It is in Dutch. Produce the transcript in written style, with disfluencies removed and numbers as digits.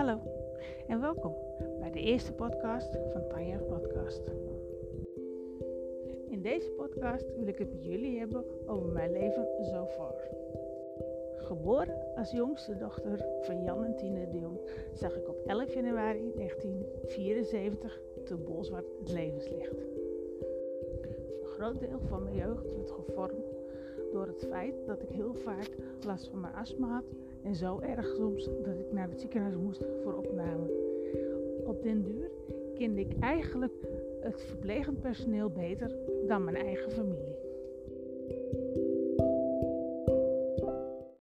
Hallo en welkom bij de eerste podcast van Tanja's podcast. In deze podcast wil ik het met jullie hebben over mijn leven so far. Geboren als jongste dochter van Jan en Tine de Jong zag ik op 11 januari 1974 te Bolsward het levenslicht. Een groot deel van mijn jeugd werd gevormd door het feit dat ik heel vaak last van mijn astma had en zo erg soms dat ik naar het ziekenhuis moest voor opname. Op den duur kende ik eigenlijk het verplegend personeel beter dan mijn eigen familie.